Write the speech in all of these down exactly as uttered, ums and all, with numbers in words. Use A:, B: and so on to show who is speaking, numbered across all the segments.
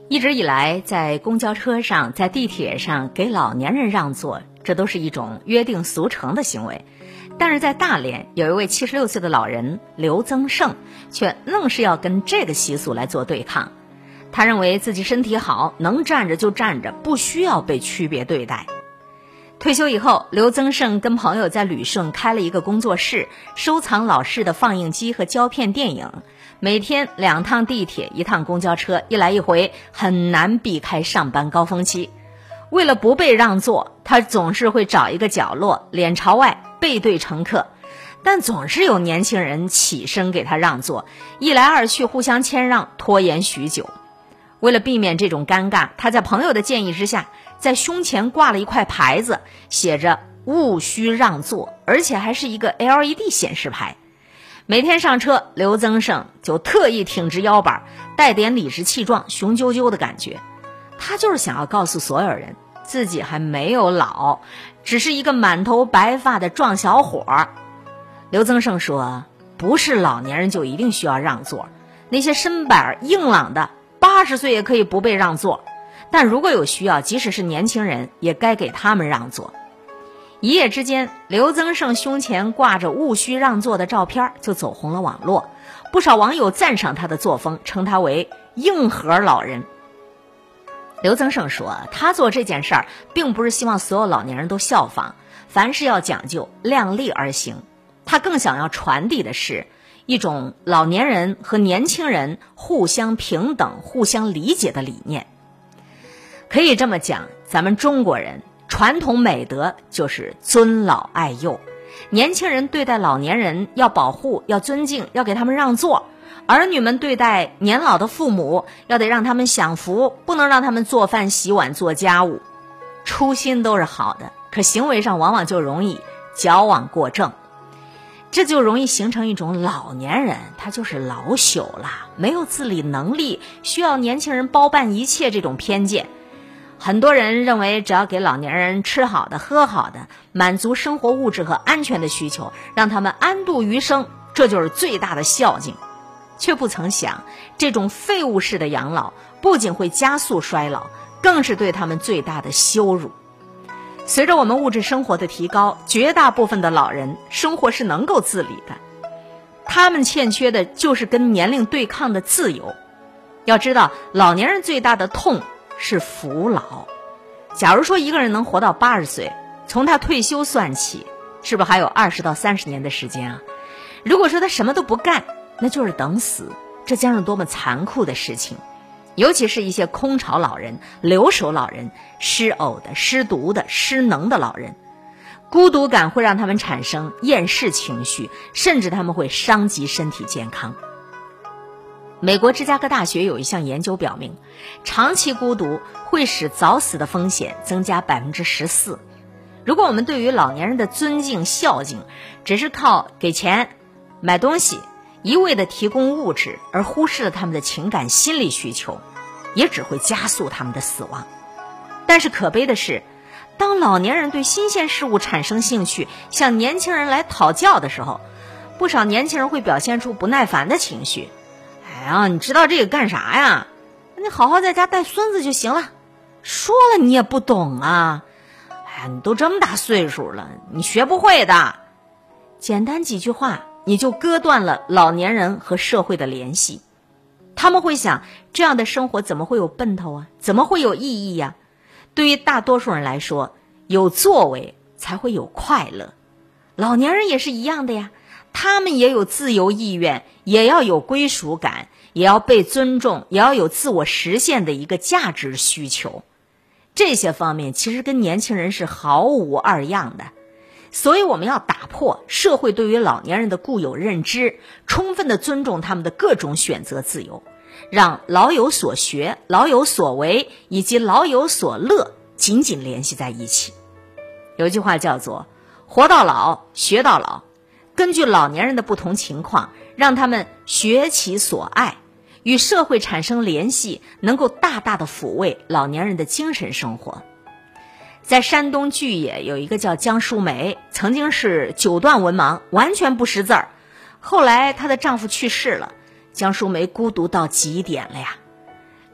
A: 一直以来，在公交车上、在地铁上给老年人让座，这都是一种约定俗成的行为。但是在大连，有一位七十六岁的老人刘增胜，却愣是要跟这个习俗来做对抗。他认为自己身体好，能站着就站着，不需要被区别对待。退休以后，刘增胜跟朋友在旅顺开了一个工作室，收藏老式的放映机和胶片电影。每天两趟地铁，一趟公交车，一来一回，很难避开上班高峰期。为了不被让座，他总是会找一个角落，脸朝外，背对乘客。但总是有年轻人起身给他让座，一来二去互相谦让，拖延许久。为了避免这种尴尬，他在朋友的建议之下，在胸前挂了一块牌子，写着勿需让座，而且还是一个 L E D 显示牌。每天上车，刘增胜就特意挺直腰板，带点理直气壮、雄赳赳的感觉。他就是想要告诉所有人，自己还没有老，只是一个满头白发的壮小伙。刘增胜说，不是老年人就一定需要让座，那些身板硬朗的八十岁也可以不被让座，但如果有需要，即使是年轻人也该给他们让座。一夜之间，刘增胜胸前挂着勿需让座的照片就走红了网络，不少网友赞赏他的作风，称他为硬核老人。刘增胜说，他做这件事儿并不是希望所有老年人都效仿，凡事要讲究量力而行。他更想要传递的是一种老年人和年轻人互相平等、互相理解的理念。可以这么讲，咱们中国人传统美德就是尊老爱幼，年轻人对待老年人要保护、要尊敬、要给他们让座，儿女们对待年老的父母要得让他们享福，不能让他们做饭、洗碗、做家务。初心都是好的，可行为上往往就容易矫枉过正，这就容易形成一种老年人他就是老朽了，没有自理能力，需要年轻人包办一切这种偏见。很多人认为只要给老年人吃好的喝好的，满足生活物质和安全的需求，让他们安度余生，这就是最大的孝敬。却不曾想，这种废物式的养老不仅会加速衰老，更是对他们最大的羞辱。随着我们物质生活的提高，绝大部分的老人生活是能够自理的，他们欠缺的就是跟年龄对抗的自由。要知道，老年人最大的痛是服老。假如说一个人能活到八十岁，从他退休算起，是不是还有二十到三十年的时间啊？如果说他什么都不干，那就是等死，这将是多么残酷的事情。尤其是一些空巢老人、留守老人、失偶的、失独的、失能的老人，孤独感会让他们产生厌世情绪，甚至他们会伤及身体健康。美国芝加哥大学有一项研究表明，长期孤独会使早死的风险增加 百分之十四。 如果我们对于老年人的尊敬孝敬只是靠给钱买东西，一味的提供物质，而忽视了他们的情感心理需求，也只会加速他们的死亡。但是可悲的是，当老年人对新鲜事物产生兴趣，向年轻人来讨教的时候，不少年轻人会表现出不耐烦的情绪。哎呀，你知道这个干啥呀？你好好在家带孙子就行了，说了你也不懂啊。哎呀，你都这么大岁数了，你学不会的。简单几句话，你就割断了老年人和社会的联系。他们会想，这样的生活怎么会有奔头啊？怎么会有意义呀？对于大多数人来说，有作为才会有快乐。老年人也是一样的呀，他们也有自由意愿，也要有归属感，也要被尊重，也要有自我实现的一个价值需求。这些方面其实跟年轻人是毫无二样的。所以我们要打破社会对于老年人的固有认知，充分的尊重他们的各种选择自由，让老有所学、老有所为以及老有所乐紧紧联系在一起。有句话叫做活到老学到老，根据老年人的不同情况，让他们学其所爱，与社会产生联系，能够大大的抚慰老年人的精神生活。在山东巨野有一个叫江淑梅，曾经是九段文盲，完全不识字儿。后来她的丈夫去世了，江淑梅孤独到极点了呀。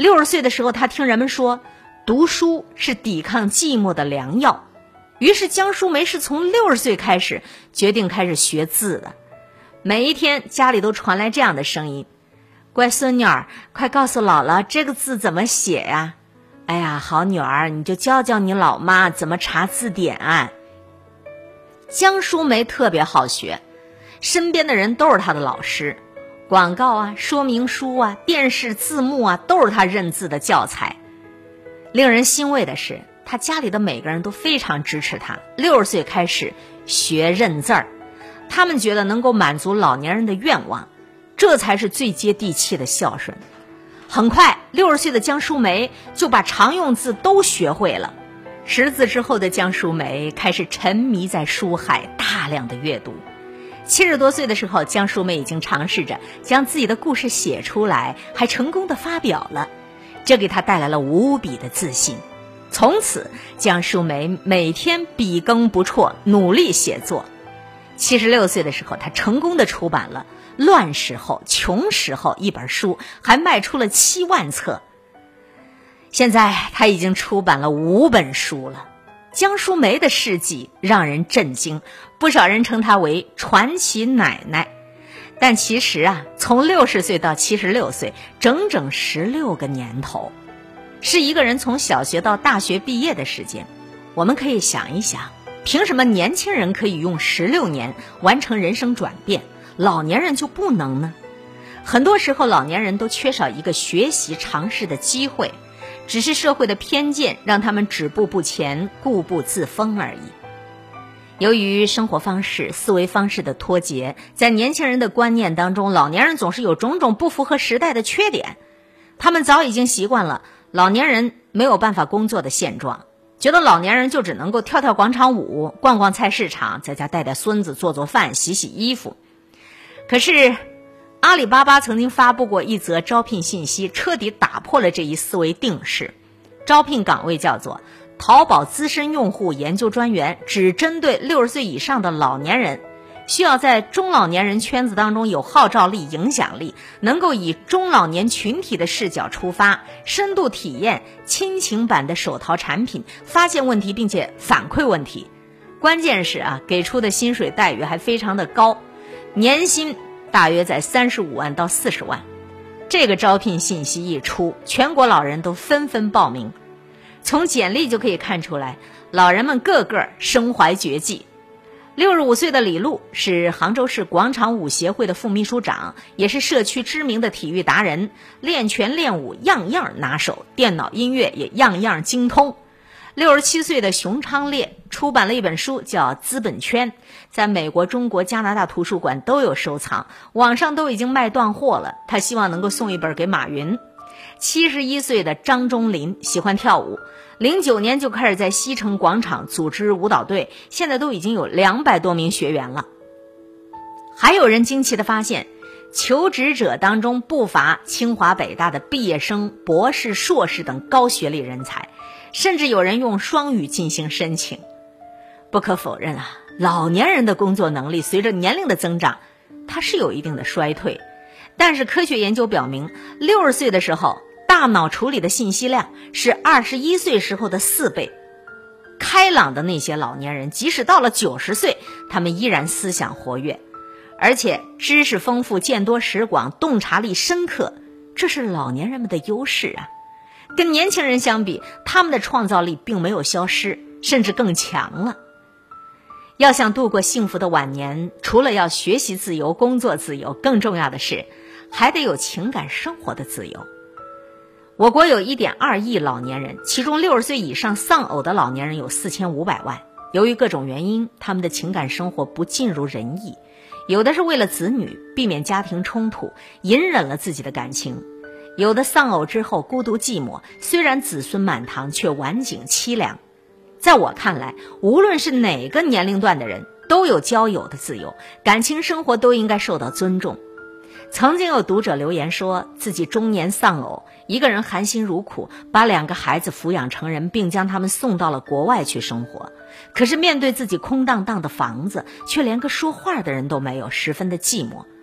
A: 六十岁的时候，他听人们说读书是抵抗寂寞的良药，于是江淑梅是从六十岁开始决定开始学字的。每一天家里都传来这样的声音：乖孙女儿，快告诉姥姥这个字怎么写呀？哎呀，好女儿，你就教教你老妈怎么查字典。江淑梅特别好学，身边的人都是她的老师，广告啊、说明书啊、电视字幕啊，都是她认字的教材。令人欣慰的是，她家里的每个人都非常支持她，六十岁开始学认字儿，他们觉得能够满足老年人的愿望，这才是最接地气的孝顺。很快，六十岁的江淑梅就把常用字都学会了。识字之后的江淑梅开始沉迷在书海，大量的阅读。七十多岁的时候，江淑梅已经尝试着将自己的故事写出来，还成功的发表了，这给她带来了无比的自信。从此，江淑梅每天笔耕不辍，努力写作。七十六岁的时候，她成功的出版了《乱时候、穷时候》一本书，还卖出了七万册。现在她已经出版了五本书了。江淑梅的事迹让人震惊，不少人称她为传奇奶奶。但其实啊，从六十岁到七十六岁，整整十六个年头，是一个人从小学到大学毕业的时间。我们可以想一想，凭什么年轻人可以用十六年完成人生转变，老年人就不能呢？很多时候，老年人都缺少一个学习尝试的机会，只是社会的偏见让他们止步不前，固步自封而已。由于生活方式、思维方式的脱节，在年轻人的观念当中，老年人总是有种种不符合时代的缺点。他们早已经习惯了老年人没有办法工作的现状，觉得老年人就只能够跳跳广场舞、逛逛菜市场，在家带带孙子、做做饭、洗洗衣服。可是阿里巴巴曾经发布过一则招聘信息，彻底打破了这一思维定式。招聘岗位叫做淘宝资深用户研究专员，只针对六十岁以上的老年人，需要在中老年人圈子当中有号召力、影响力，能够以中老年群体的视角出发，深度体验亲情版的手淘产品，发现问题并且反馈问题。关键是啊，给出的薪水待遇还非常的高，年薪大约在三十五万到四十万。这个招聘信息一出，全国老人都纷纷报名。从简历就可以看出来，老人们个个身怀绝技。六十五岁的李璐是杭州市广场舞协会的副秘书长，也是社区知名的体育达人，练拳练舞样样拿手，电脑音乐也样样精通。六十七岁的熊昌烈出版了一本书叫《资本圈》，在美国、中国、加拿大图书馆都有收藏，网上都已经卖断货了。他希望能够送一本给马云。七十一岁的张忠林喜欢跳舞，零九年就开始在西城广场组织舞蹈队，现在都已经有两百多名学员了。还有人惊奇地发现，求职者当中不乏清华北大的毕业生、博士、硕士等高学历人才，甚至有人用双语进行申请。不可否认啊，老年人的工作能力随着年龄的增长，它是有一定的衰退。但是科学研究表明，六十岁的时候，大脑处理的信息量是二十一岁时候的四倍。开朗的那些老年人，即使到了九十岁，他们依然思想活跃，而且知识丰富、见多识广、洞察力深刻，这是老年人们的优势啊。跟年轻人相比，他们的创造力并没有消失，甚至更强了。要想度过幸福的晚年，除了要学习自由、工作自由，更重要的是还得有情感生活的自由。我国有 一点二亿老年人，其中六十岁以上丧偶的老年人有四千五百万。由于各种原因，他们的情感生活不尽如人意，有的是为了子女避免家庭冲突，隐忍了自己的感情；有的丧偶之后孤独寂寞，虽然子孙满堂，却晚景凄凉。在我看来，无论是哪个年龄段的人，都有交友的自由，感情生活都应该受到尊重。曾经有读者留言说，自己中年丧偶，一个人含辛茹苦把两个孩子抚养成人，并将他们送到了国外去生活。可是面对自己空荡荡的房子，却连个说话的人都没有，十分的寂寞。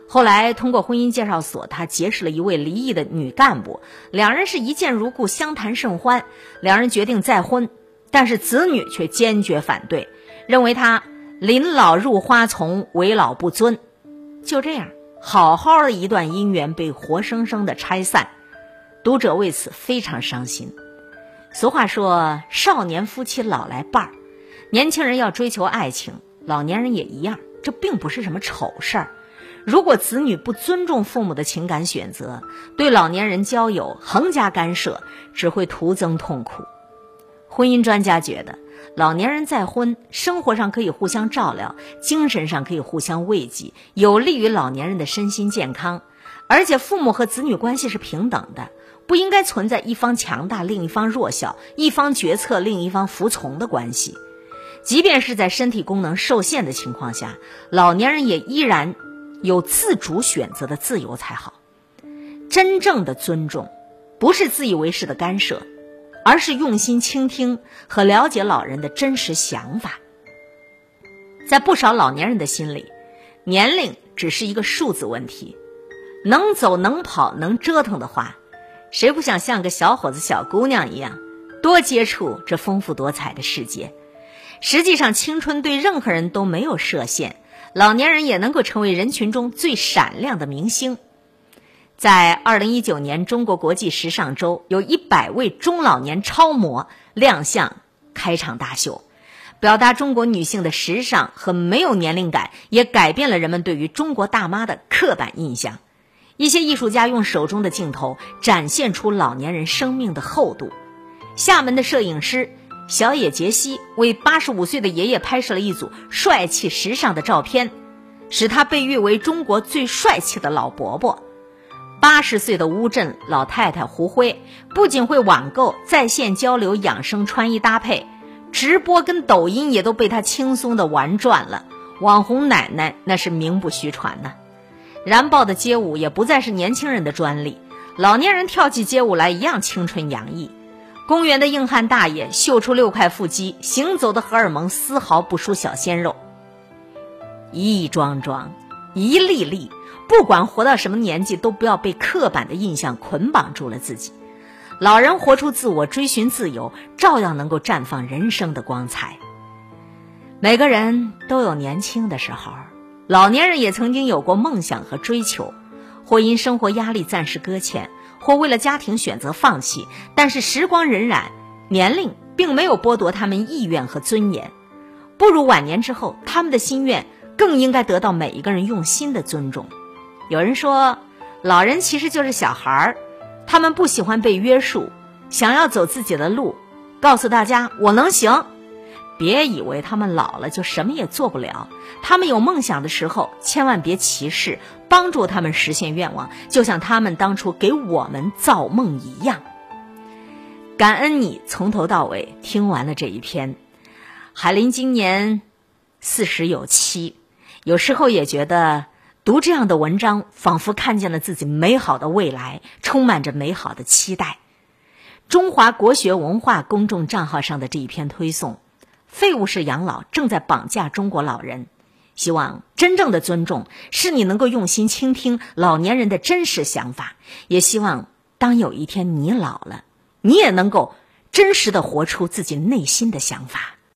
A: 后来通过婚姻介绍所，他结识了一位离异的女干部，两人是一见如故，相谈甚欢，两人决定再婚，但是子女却坚决反对，认为他临老入花丛，为老不尊。就这样，好好的一段姻缘被活生生的拆散，读者为此非常伤心。俗话说，少年夫妻老来伴儿，年轻人要追求爱情，老年人也一样，这并不是什么丑事儿。如果子女不尊重父母的情感选择，对老年人交友横加干涉，只会徒增痛苦。婚姻专家觉得，老年人再婚，生活上可以互相照料，精神上可以互相慰藉，有利于老年人的身心健康。而且父母和子女关系是平等的，不应该存在一方强大另一方弱小，一方决策另一方服从的关系。即便是在身体功能受限的情况下，老年人也依然有自主选择的自由才好。真正的尊重，不是自以为是的干涉，而是用心倾听和了解老人的真实想法。在不少老年人的心里，年龄只是一个数字问题，能走能跑能折腾的话，谁不想像个小伙子小姑娘一样，多接触这丰富多彩的世界。实际上，青春对任何人都没有设限，老年人也能够成为人群中最闪亮的明星。在二零一九年中国国际时尚周，有一百位中老年超模亮相开场大秀，表达中国女性的时尚和没有年龄感，也改变了人们对于中国大妈的刻板印象。一些艺术家用手中的镜头展现出老年人生命的厚度。厦门的摄影师小野杰西为八十五岁的爷爷拍摄了一组帅气时尚的照片，使他被誉为中国最帅气的老伯伯。八十岁的乌镇老太太胡辉不仅会网购、在线交流养生穿衣搭配，直播跟抖音也都被他轻松地玩转了，网红奶奶那是名不虚传呢。燃爆的街舞也不再是年轻人的专利，老年人跳起街舞来一样青春洋溢。公园的硬汉大爷秀出六块腹肌，行走的荷尔蒙丝毫不输小鲜肉。一桩桩，一粒粒，不管活到什么年纪，都不要被刻板的印象捆绑住了自己。老人活出自我，追寻自由，照样能够绽放人生的光彩。每个人都有年轻的时候，老年人也曾经有过梦想和追求，或因生活压力暂时搁浅，或为了家庭选择放弃，但是时光荏苒，年龄并没有剥夺他们意愿和尊严。步入晚年之后，他们的心愿更应该得到每一个人用心的尊重。有人说，老人其实就是小孩，他们不喜欢被约束，想要走自己的路。告诉大家，我能行。别以为他们老了就什么也做不了，他们有梦想的时候，千万别歧视，帮助他们实现愿望，就像他们当初给我们造梦一样。感恩你从头到尾听完了这一篇。海林今年四十有七，有时候也觉得读这样的文章，仿佛看见了自己美好的未来，充满着美好的期待。中华国学文化公众账号上的这一篇推送，废物式养老正在绑架中国老人。希望真正的尊重是你能够用心倾听老年人的真实想法，也希望当有一天你老了，你也能够真实的活出自己内心的想法。